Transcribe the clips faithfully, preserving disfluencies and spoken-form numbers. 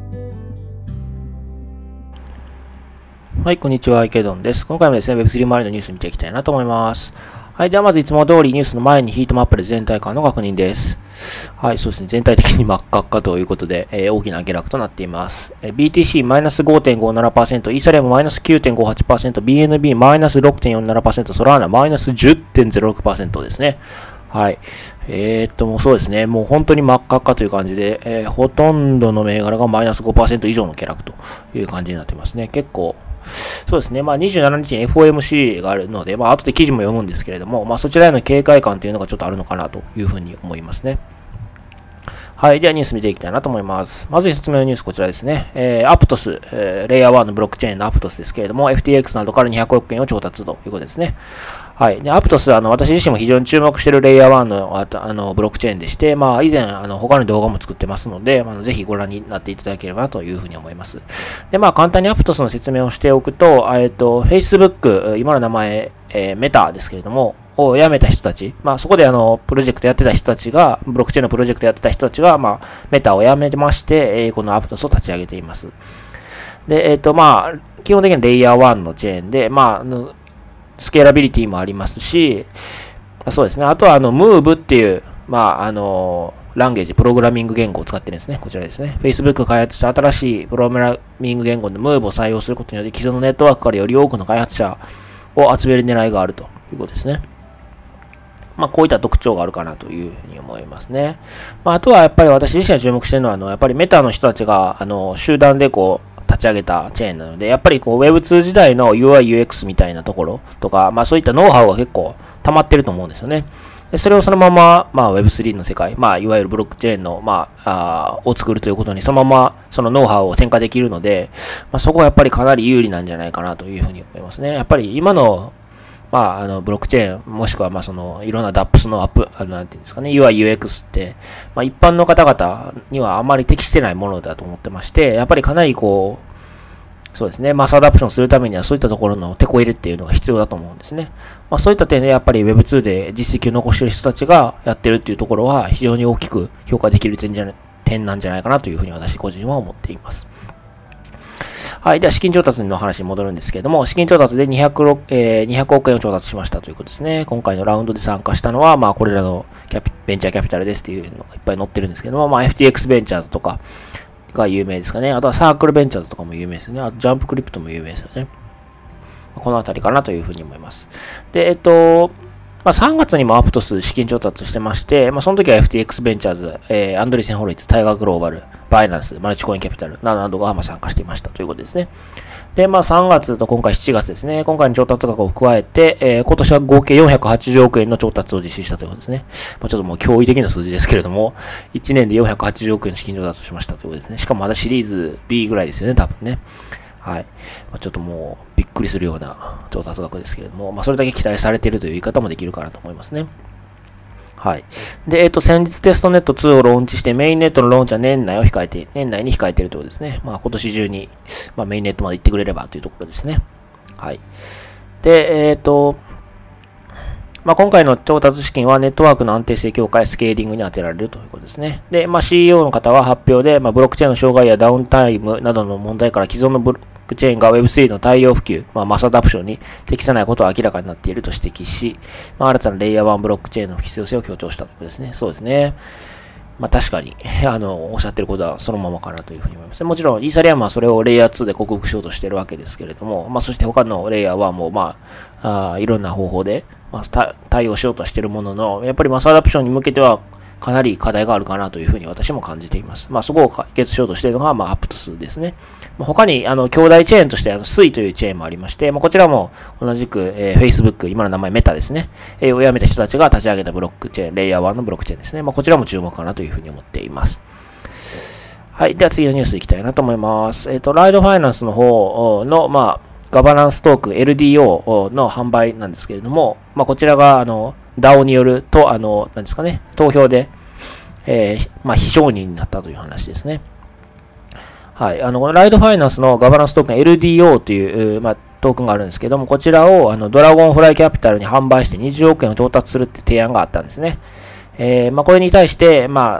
はい、こんにちは、池donです。今回もですね、ウェブスリー 周りのニュースを見ていきたいなと思います。はい、ではまずいつも通りニュースの前にヒートマップで全体感の確認です。はい、そうですね、全体的に真っ赤っかということで、えー、大きな下落となっています。えー、ビーティーシー マイナス ごてんごななパーセント、イーサリアムマイナス きゅうてんごはちパーセント、ビーエヌビー マイナス ろくてんよんななパーセント、ソラーナマイナス じゅってんぜろろくパーセント ですね。はい。えー、っと、もうそうですね。もう本当に真っ赤っかという感じで、えー、ほとんどの銘柄がマイナス ごパーセント 以上の下落という感じになってますね。結構、そうですね。まあ、にじゅうしちにちに エフオーエムシー があるので、まあ、後で記事も読むんですけれども、まあ、そちらへの警戒感というのがちょっとあるのかなというふうに思いますね。はい。では、ニュース見ていきたいなと思います。まず一つ目のニュース、こちらですね。えー、アプトス、えー、レイヤーワンのブロックチェーンのアプトスですけれども、エフティーエックス などからにひゃくおくえんを調達ということですね。はい。で、アプトス、あの、私自身も非常に注目しているレイヤーワンの、ああの、ブロックチェーンでして、まあ、以前、あの、他の動画も作ってますので、あの、ぜひご覧になっていただければなというふうに思います。で、まあ、簡単にアプトスの説明をしておくと、えっと、Facebook、今の名前、えー、メタですけれども、を辞めた人たち、まあ、そこであの、プロジェクトやってた人たちが、ブロックチェーンのプロジェクトやってた人たちが、まあ、メタを辞めてまして、えー、このアプトスを立ち上げています。で、えっと、まあ、基本的にレイヤーワンのチェーンで、まあ、スケーラビリティもありますし、そうですね。あとは、あの、ムーブっていう、まあ、あの、ランゲージ、プログラミング言語を使ってるんですね。こちらですね。Facebook が開発した新しいプログラミング言語のムーブを採用することにより、既存のネットワークからより多くの開発者を集める狙いがあるということですね。まあ、こういった特徴があるかなというふうに思いますね。まあ、あとはやっぱり私自身が注目しているのは、あの、やっぱりメタの人たちが、あの、集団でこう、立ち上げたチェーンなので、やっぱりこう ウェブツー 時代の ユーアイ、ユーエックス みたいなところとか、まあそういったノウハウが結構溜まってると思うんですよね。でそれをそのまま、まあ ウェブスリー の世界、まあいわゆるブロックチェーンの、まあ、あを作るということにそのままそのノウハウを転化できるので、まあそこはやっぱりかなり有利なんじゃないかなというふうに思いますね。やっぱり今のまあ、あの、ブロックチェーン、もしくは、まあ、その、いろんな ダップス のアップ、あの、なんていうんですかね、ユーアイ、ユーエックス って、まあ、一般の方々にはあまり適してないものだと思ってまして、やっぱりかなりこう、そうですね、マスアダプションするためにはそういったところの手こ入れっていうのが必要だと思うんですね。まあ、そういった点で、やっぱり ウェブツー で実績を残している人たちがやってるっていうところは、非常に大きく評価できる点なんじゃないかなというふうに私個人は思っています。はい。では、資金調達の話に戻るんですけれども、資金調達でにひゃくろく、えー、にひゃくおくえんを調達しましたということですね。今回のラウンドで参加したのは、まあ、これらのキャピベンチャーキャピタルですっていうのがいっぱい載ってるんですけども、まあ、エフティーエックス ベンチャーズとかが有名ですかね。あとはサークルベンチャーズとかも有名ですよね。あと、ジャンプクリプトも有名ですよね。このあたりかなというふうに思います。で、えっと、まあ、さんがつにもアプトス資金調達してまして、まあ、その時は エフティーエックス ベンチャーズ、えー、アンドリーセン・ホロイツ、タイガーグローバル、バイナンス、マルチコインキャピタルなどがまあ参加していましたということですね。で、まあさんがつと今回しちがつですね。今回の調達額を加えて、えー、今年は合計よんひゃくはちじゅうおくえんの調達を実施したということですね。まあ、ちょっともう驚異的な数字ですけれども、いちねんでよんひゃくはちじゅうおくえんの資金調達をしましたということですね。しかもまだシリーズ ビー ぐらいですよね、多分ね。はい。まあ、ちょっともうびっくりするような調達額ですけれども、まあそれだけ期待されているという言い方もできるかなと思いますね。はい。で、えっと、先日テストネットツーをローンチして、メインネットのローンチは年内を控えて、年内に控えているということですね。まあ今年中に、まあメインネットまで行ってくれればというところですね。はい。で、えっと、まあ今回の調達資金はネットワークの安定性強化やスケーリングに充てられるということですね。で、まあ シーイーオー の方は発表で、まあブロックチェーンの障害やダウンタイムなどの問題から既存のブロックチェーンが ウェブスリー の大量普及、まあ、マスアダプションに適さないことは明らかになっていると指摘し、まあ、新たなレイヤーワンブロックチェーンの必要性を強調したということですね。そうですね。まあ確かに、あの、おっしゃってることはそのままかなというふうに思います。もちろん、イーサリアムはそれをレイヤーツーで克服しようとしているわけですけれども、まあそして他のレイヤーワンも、まあ、あいろんな方法で、まあ、対応しようとしているものの、やっぱりマスアダプションに向けては、かなり課題があるかなというふうに私も感じています。まあそこを解決しようとしているのが、まあアップトスですね。まあ、他に、あの、兄弟チェーンとして、あの、スイというチェーンもありまして、まあこちらも同じく、えー、Facebook、今の名前メタですね。えー、を辞めた人たちが立ち上げたブロックチェーン、レイヤーワンのブロックチェーンですね。まあこちらも注目かなというふうに思っています。はい。では次のニュースいきたいなと思います。えっと、ライドファイナンスの方の、まあ、ガバナンストークン エルディーオー の販売なんですけれども、まあこちらが、あの、ダオ によると、あの、何ですかね、投票で、えー、まあ、非承認になったという話ですね。はい。あの、このライドファイナンスのガバナンストークン エルディーオー という、まあ、トークンがあるんですけども、こちらを、あの、ドラゴンフライキャピタルに販売してにじゅうおくえんを調達するって提案があったんですね。えー、まあ、これに対して、まあ、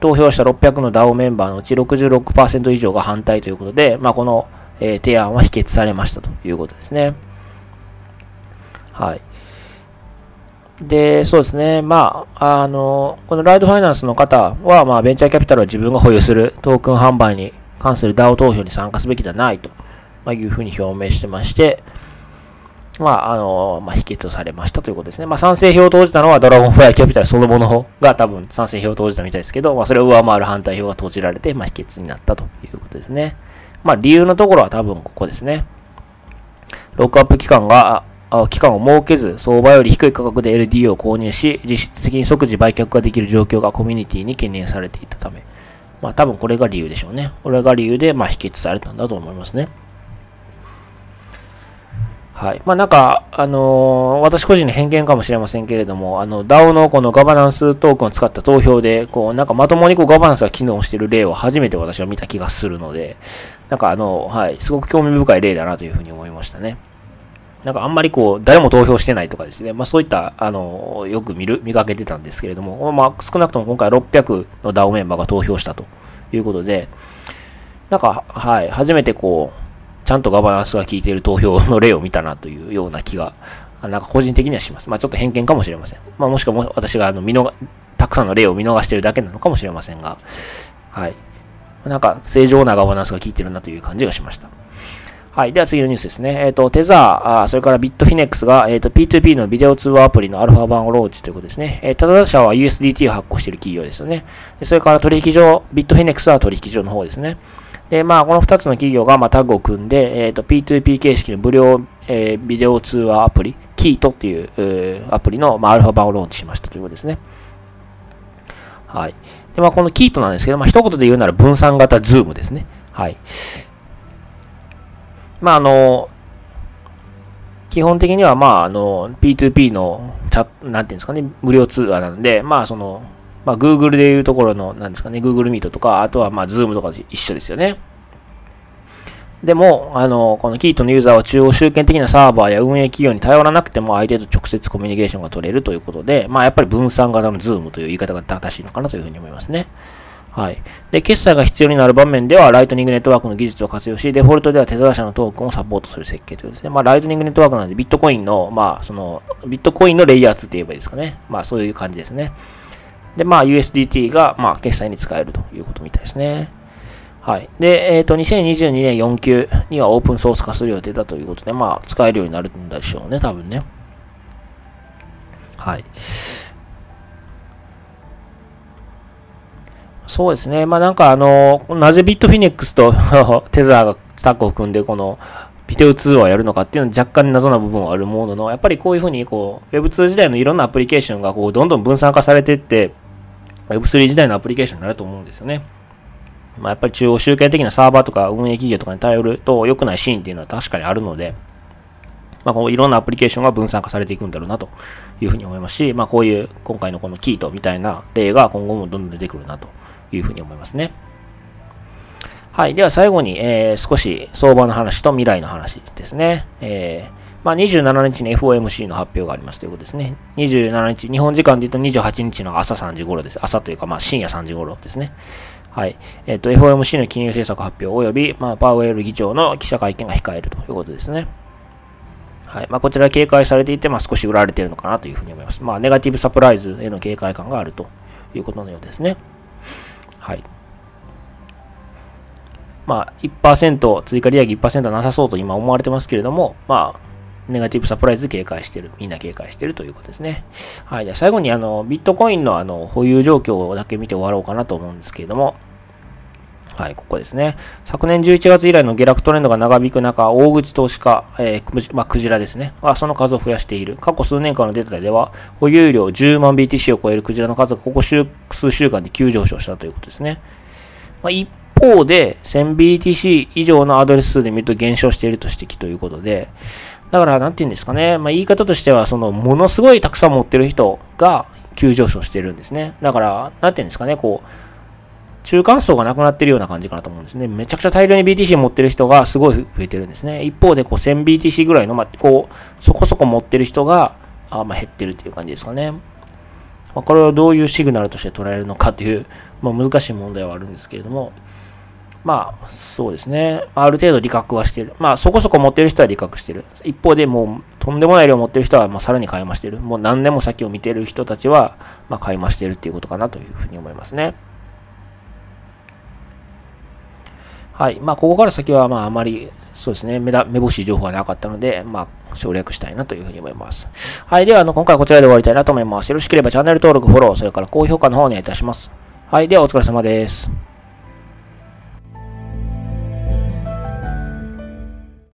投票したろっぴゃくの ダオ メンバーのうち ろくじゅうろくパーセント 以上が反対ということで、まあ、この、えー、提案は否決されましたということですね。はい。で、そうですね。まあ、あの、このライドファイナンスの方は、まあ、ベンチャーキャピタルは自分が保有するトークン販売に関する ダオ 投票に参加すべきではないというふうに表明してまして、まあ、あの、まあ、否決をされましたということですね。まあ、賛成票を投じたのはドラゴンフライキャピタルそのものが多分賛成票を投じたみたいですけど、まあ、それを上回る反対票が投じられて、まあ、否決になったということですね。まあ、理由のところは多分ここですね。ロックアップ期間が、期間を設けず、相場より低い価格で エルディーオー を購入し、実質的に即時売却ができる状況がコミュニティに懸念されていたため、まあ多分これが理由でしょうね。これが理由で、まあ否決されたんだと思いますね。はい。まあなんか、あのー、私個人の偏見かもしれませんけれども、あの、ダオ のこのガバナンストークンを使った投票で、こう、なんかまともにこうガバナンスが機能している例を初めて私は見た気がするので、なんかあの、はい、すごく興味深い例だなというふうに思いましたね。なんかあんまりこう、誰も投票してないとかですね。まあそういった、あの、よく見る、見かけてたんですけれども、まあ少なくとも今回ろっぴゃくの ダオ メンバーが投票したということで、なんか、はい、初めてこう、ちゃんとガバナンスが効いている投票の例を見たなというような気が、なんか個人的にはします。まあちょっと偏見かもしれません。まあもしくは私があの見逃、たくさんの例を見逃しているだけなのかもしれませんが、はい。なんか正常なガバナンスが効いているなという感じがしました。はい。では次のニュースですね。えっ、ー、と、テザー、それからビットフィネックスが、えっ、ー、と、ピーツーピー のビデオ通話アプリのアルファ版をローチということですね。えー、ただ社は ユーエスディーティー を発行している企業ですよね。それから取引所、ビットフィネックスは取引所の方ですね。で、まあ、このふたつの企業が、まあ、タッグを組んで、えっ、ー、と、ピーツーピー 形式の無料、えー、ビデオ通話アプリ、キートっていう、えー、アプリの、まあ、アルファ版をローチしましたということですね。はい。で、まあ、このキートなんですけど、まあ、一言で言うなら分散型ズームですね。はい。まあ、あの、基本的には、まあ、あの、ピーツーピー のチャット、なんていうんですかね、無料通話なんで、まあ、その、まあ、Google でいうところの、なんですかね、Google Meet とか、あとは、まあ、Zoom とかと一緒ですよね。でも、あの、この キート のユーザーは中央集権的なサーバーや運営企業に頼らなくても相手と直接コミュニケーションが取れるということで、まあ、やっぱり分散型の Zoom という言い方が正しいのかなというふうに思いますね。はい。で、決済が必要になる場面では、ライトニングネットワークの技術を活用し、デフォルトではテザー社のトークンをサポートする設計というですね。まあ、ライトニングネットワークなんで、ビットコインの、まあ、その、ビットコインのレイヤーツって言えばいいですかね。まあ、そういう感じですね。で、まあ、ユーエスディーティー が、まあ、決済に使えるということみたいですね。はい。で、えっと、にせんにじゅうにねんよん級にはオープンソース化する予定だということで、まあ、使えるようになるんでしょうね、多分ね。はい。そうですね。まあなんかあの、なぜビットフィネックスとテザーがタッグを組んでこのビデオ通話をやるのかっていうのは若干謎な部分はあるものの、やっぱりこういうふうにこう ウェブツー 時代のいろんなアプリケーションがこうどんどん分散化されていって ウェブスリー 時代のアプリケーションになると思うんですよね。まあやっぱり中央集権的なサーバーとか運営企業とかに頼ると良くないシーンっていうのは確かにあるので、まあこういろんなアプリケーションが分散化されていくんだろうなというふうに思いますし、まあこういう今回のこのキートみたいな例が今後もどんどん出てくるなというふうに思いますね。はい。では最後に、えー、少し相場の話と未来の話ですね。えー、まあにじゅうしちにちに エフオーエムシー の発表がありますということですね。にじゅうしちにち、日本時間で言うとにじゅうはちにちの朝さんじ頃です。朝というかまあ深夜さんじ頃ですね。はい。えっ、ー、と、エフオーエムシー の金融政策発表及び、まあ、パウエル議長の記者会見が控えるということですね。はい。まあ、こちら警戒されていて、まあ、少し売られているのかなというふうに思います。まあ、ネガティブサプライズへの警戒感があるということのようですね。はい。まあ、いちパーセント、追加利上げ いちパーセント はなさそうと今思われてますけれども、まあ、ネガティブサプライズ警戒している。みんな警戒しているということですね。はい。で、最後に、あの、ビットコインの、あの、保有状況だけ見て終わろうかなと思うんですけれども、はい、ここですね。昨年じゅういちがつ以来の下落トレンドが長引く中、大口投資家、えー、まあ、クジラですね。は、その数を増やしている。過去数年間のデータでは、保有量じゅうまんビーティーシー を超えるクジラの数がここ数週間で急上昇したということですね。まあ、一方で、せんビーティーシー 以上のアドレス数で見ると減少していると指摘ということで、だから、なんて言うんですかね。まあ、言い方としては、その、ものすごいたくさん持ってる人が急上昇しているんですね。だから、なんて言うんですかね、こう、中間層がなくなっているような感じかなと思うんですね。めちゃくちゃ大量に ビーティーシー 持ってる人がすごい増えてるんですね。一方でこう せんビーティーシー ぐらいの、まあ、こう、そこそこ持ってる人が、あまあ、減ってるっていう感じですかね。 まあ、これをどういうシグナルとして捉えるのかという、まあ、難しい問題はあるんですけれども、まあ、そうですね。ある程度理覚はしている。まあ、そこそこ持っている人は理覚している。一方でもう、とんでもない量持っている人は、まあ、さらに買い増している。もう何年も先を見ている人たちは、まあ、買い増しているっていうことかなというふうに思いますね。はい。まあ、ここから先は、まあ、あまり、そうですね、目だ、目星情報はなかったので、まあ、省略したいなというふうに思います。はい。では、あの、今回はこちらで終わりたいなと思います。よろしければチャンネル登録、フォロー、それから高評価の方をお願いいたします。はい。では、お疲れ様です。